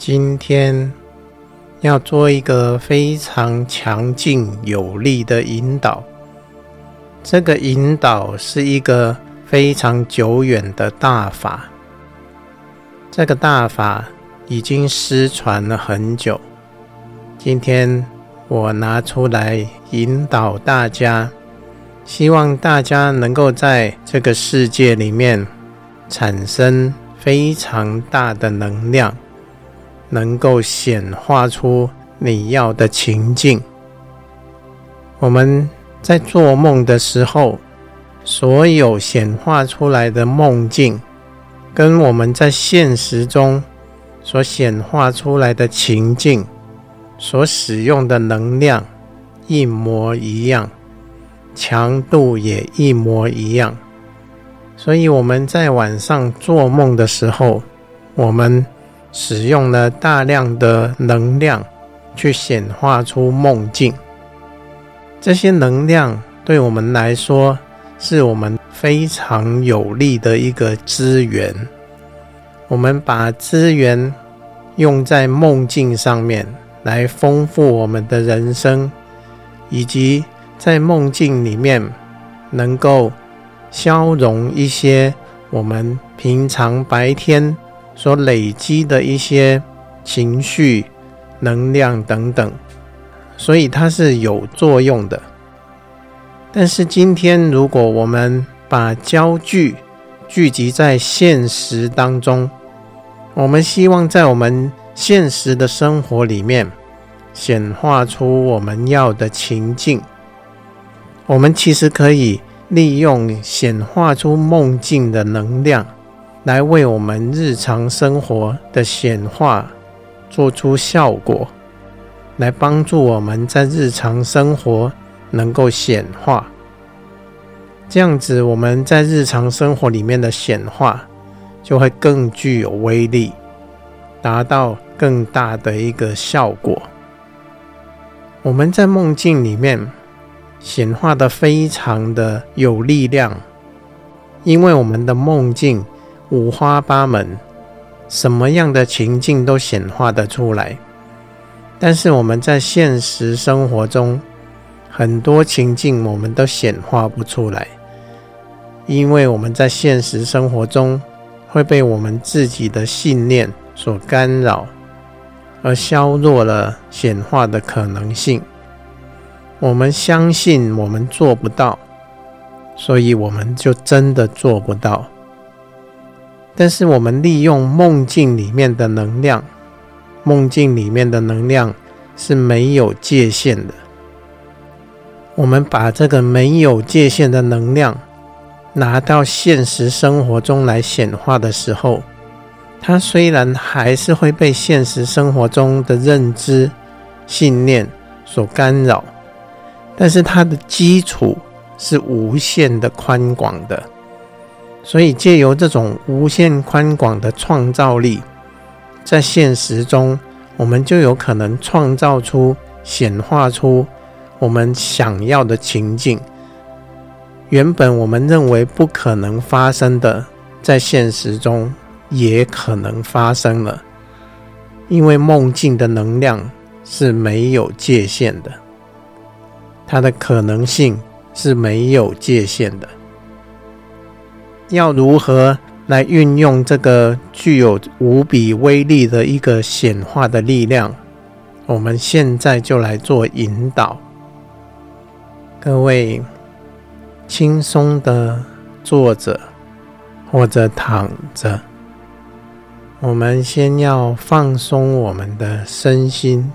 今天要做一个非常强劲有力的引导。这个引导是一个非常久远的大法，这个大法已经失传了很久。今天我拿出来引导大家，希望大家能够在这个世界里面产生非常大的能量，能够显化出你要的情境。我们在做梦的时候，所有显化出来的梦境，跟我们在现实中所显化出来的情境，所使用的能量一模一样，强度也一模一样。所以我们在晚上做梦的时候，我们使用了大量的能量去显化出梦境。这些能量对我们来说是我们非常有利的一个资源。我们把资源用在梦境上面，来丰富我们的人生，以及在梦境里面能够消融一些我们平常白天所累积的一些情绪、能量等等，所以它是有作用的。但是今天如果我们把焦距聚集在现实当中，我们希望在我们现实的生活里面显化出我们要的情境，我们其实可以利用显化出梦境的能量，来为我们日常生活的显化做出效果，来帮助我们在日常生活能够显化。这样子我们在日常生活里面的显化就会更具有威力，达到更大的一个效果。我们在梦境里面显化的非常的有力量，因为我们的梦境五花八门，什么样的情境都显化得出来。但是我们在现实生活中，很多情境我们都显化不出来，因为我们在现实生活中会被我们自己的信念所干扰，而削弱了显化的可能性。我们相信我们做不到，所以我们就真的做不到。但是我们利用梦境里面的能量，梦境里面的能量是没有界限的。我们把这个没有界限的能量拿到现实生活中来显化的时候，它虽然还是会被现实生活中的认知、信念所干扰，但是它的基础是无限的宽广的。所以借由这种无限宽广的创造力，在现实中我们就有可能创造出、显化出我们想要的情境。原本我们认为不可能发生的，在现实中也可能发生了，因为梦境的能量是没有界限的，它的可能性是没有界限的。要如何来运用这个具有无比威力的一个显化的力量，我们现在就来做引导。各位轻松的坐着或者躺着，我们先要放松我们的身心，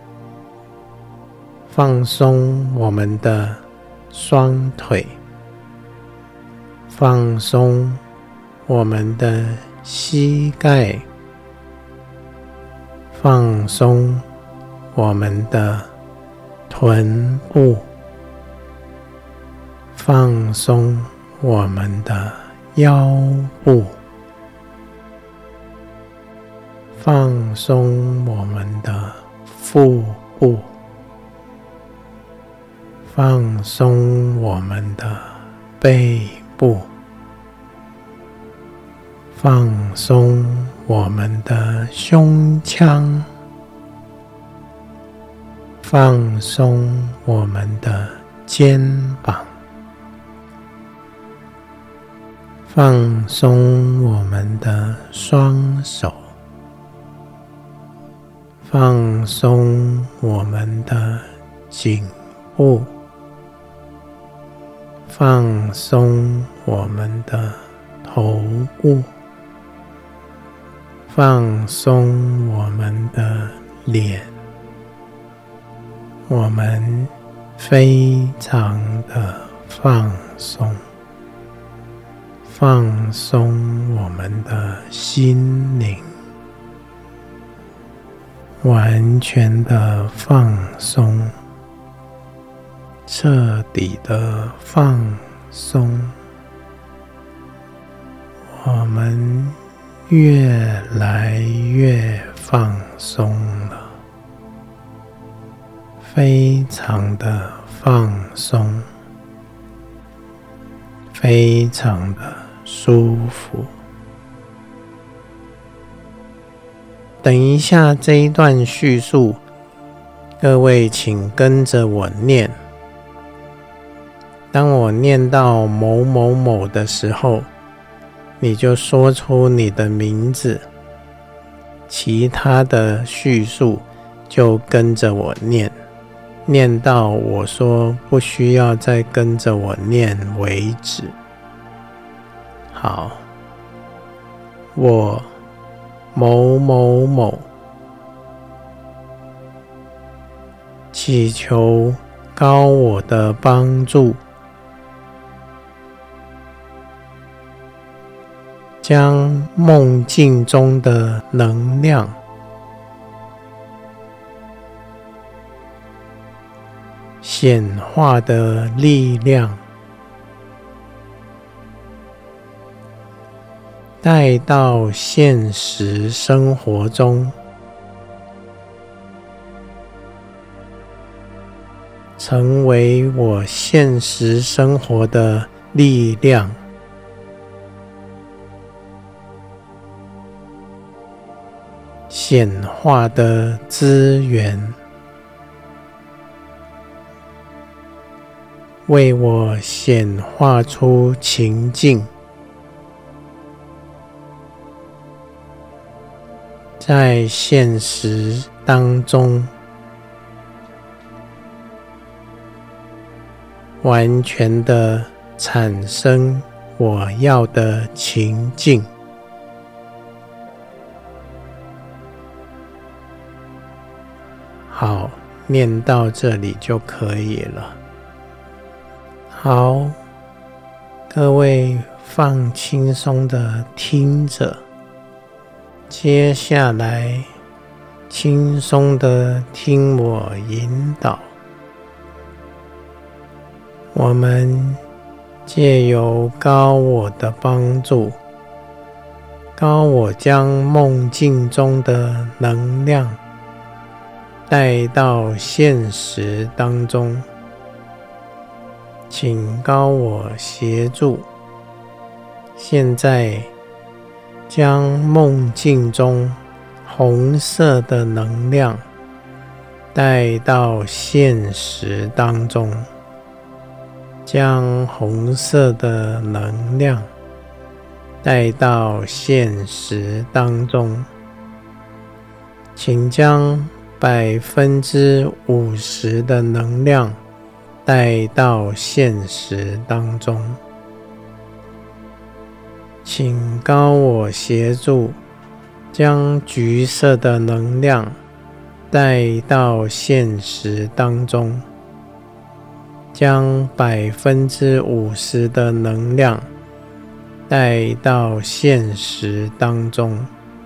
放松我们的双腿，放松我们的膝盖，放松我们的臀部，放松我们的腰部，放松我们的腹部，放松我们的背部，放松我们的胸腔，放松我们的肩膀，放松我们的双手，放松我们的颈部，放松我们的头部，放松我们的脸。我们非常的放松，放松我们的心灵，完全的放松，彻底的放松。我们越来越放松了，非常的放松，非常的舒服。等一下这一段叙述，各位请跟着我念。当我念到某某某的时候，你就说出你的名字，其他的叙述就跟着我念，念到我说不需要再跟着我念为止。好，我某某某祈求高我的帮助，将梦境中的能量显化的力量带到现实生活中，成为我现实生活的力量，显化的资源，为我显化出情境，在现实当中完全的产生我要的情境。好，念到这里就可以了。好，各位放轻松的听着，接下来轻松的听我引导。我们借由高我的帮助，高我将梦境中的能量带到现实当中，请高我协助。现在将梦境中红色的能量带到现实当中，将红色的能量带到现实当中，请将50%的能量带到现实当中，请高我协助将橘色的能量带到现实当中，将50%的能量带到现实当中，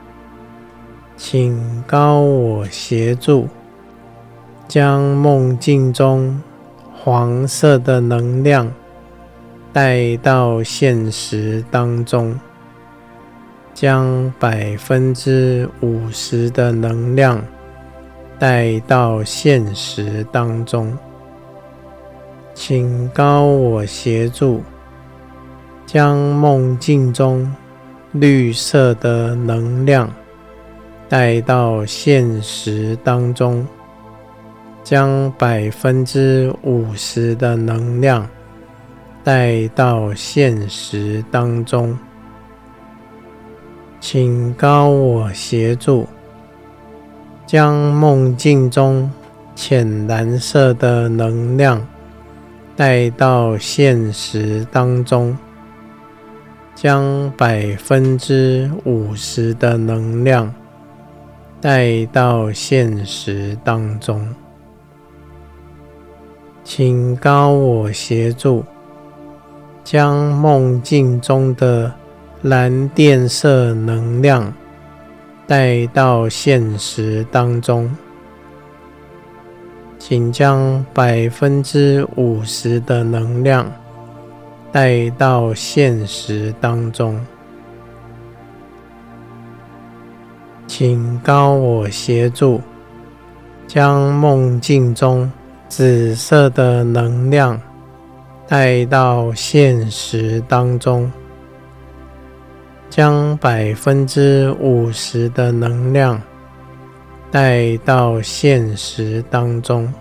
请高我协助将梦境中黄色的能量带到现实当中，将50%的能量带到现实当中，请高我协助将梦境中绿色的能量带到现实当中，将50%的能量带到现实当中。请高我协助，将梦境中浅蓝色的能量带到现实当中，将50%的能量带到现实当中。请高我协助，将梦境中的蓝靛色能量带到现实当中。请将50%的能量带到现实当中。请高我协助，将梦境中紫色的能量带到现实当中，将50%的能量带到现实当中。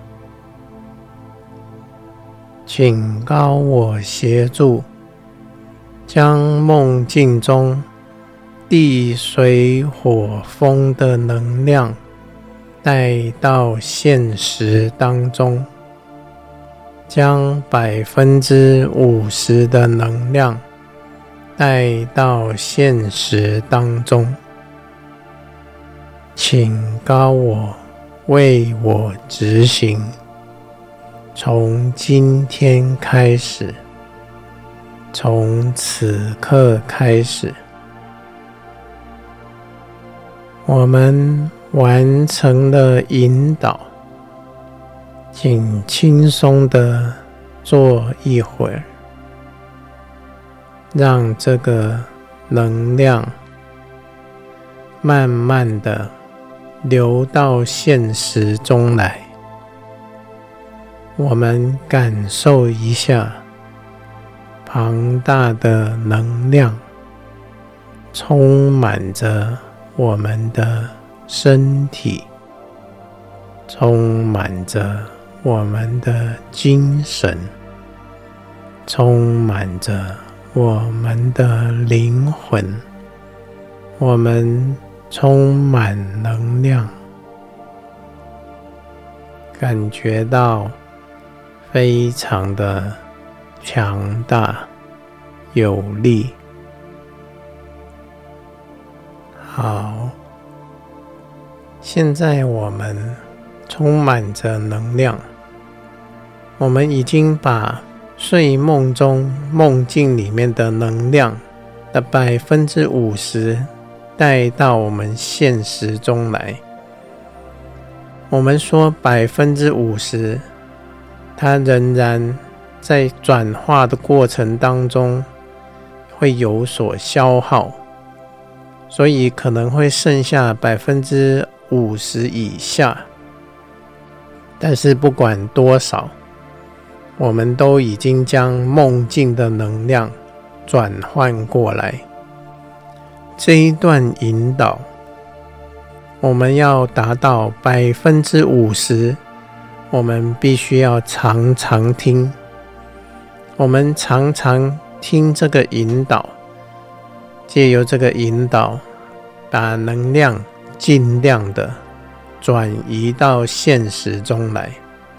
请高我协助，将梦境中地水火风的能量带到现实当中，将50%的能量带到现实当中。请高我为我执行，从今天开始，从此刻开始，我们完成了引导。请轻松地坐一会儿，让这个能量慢慢地流到现实中来。我们感受一下庞大的能量充满着我们的身体，充满着我们的精神，充满着我们的灵魂。我们充满能量，感觉到非常的强大有力。好，现在我们充满着能量，我们已经把睡梦中梦境里面的能量的50%带到我们现实中来。我们说50%，它仍然在转化的过程当中会有所消耗，所以可能会剩下50%以下。但是不管多少，我们都已经将梦境的能量转换过来。这一段引导，我们要达到50%，我们必须要常常听。我们常常听这个引导，借由这个引导，把能量尽量的转移到现实中来。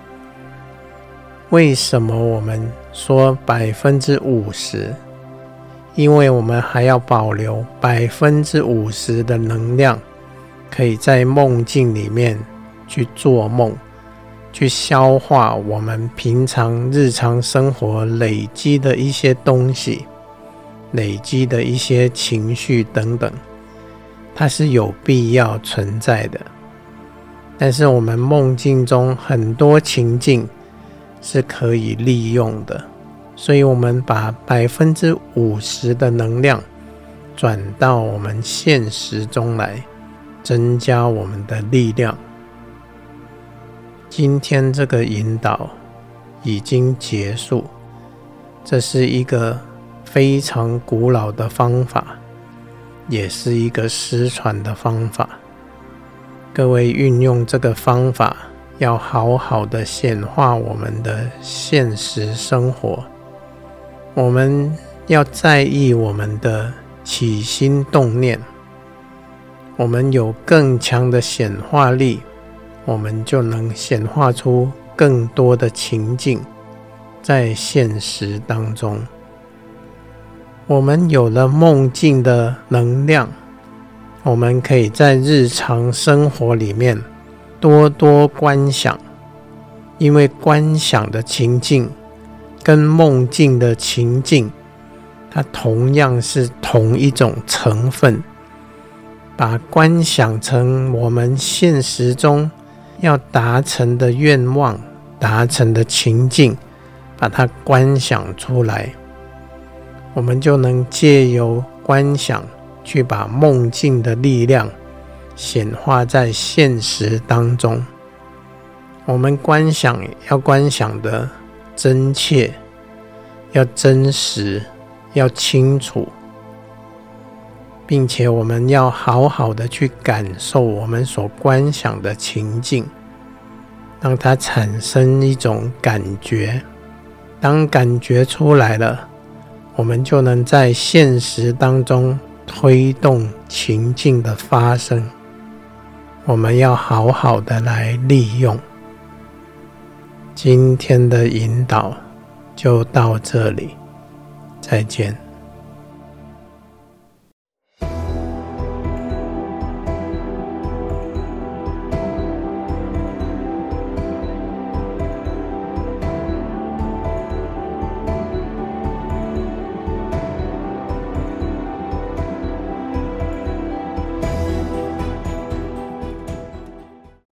为什么我们说50%？因为我们还要保留50%的能量，可以在梦境里面去做梦，去消化我们平常日常生活累积的一些东西，累积的一些情绪等等，它是有必要存在的。但是我们梦境中很多情境是可以利用的，所以我们把50%的能量转到我们现实中来，增加我们的力量。今天这个引导已经结束，这是一个非常古老的方法， 也是一个失传的方法。各位运用这个方法，要好好的显化我们的现实生活。我们要在意我们的起心动念，我们有更强的显化力，我们就能显化出更多的情境在现实当中。我们有了梦境的能量，我们可以在日常生活里面多多观想，因为观想的情境跟梦境的情境，它同样是同一种成分，把观想成我们现实中要达成的愿望、达成的情境，把它观想出来，我们就能借由观想去把梦境的力量显化在现实当中。我们观想要观想的真切，要真实，要清楚，并且我们要好好的去感受我们所观想的情境，让它产生一种感觉。当感觉出来了，我们就能在现实当中推动情境的发生。我们要好好的来利用。今天的引导就到这里，再见。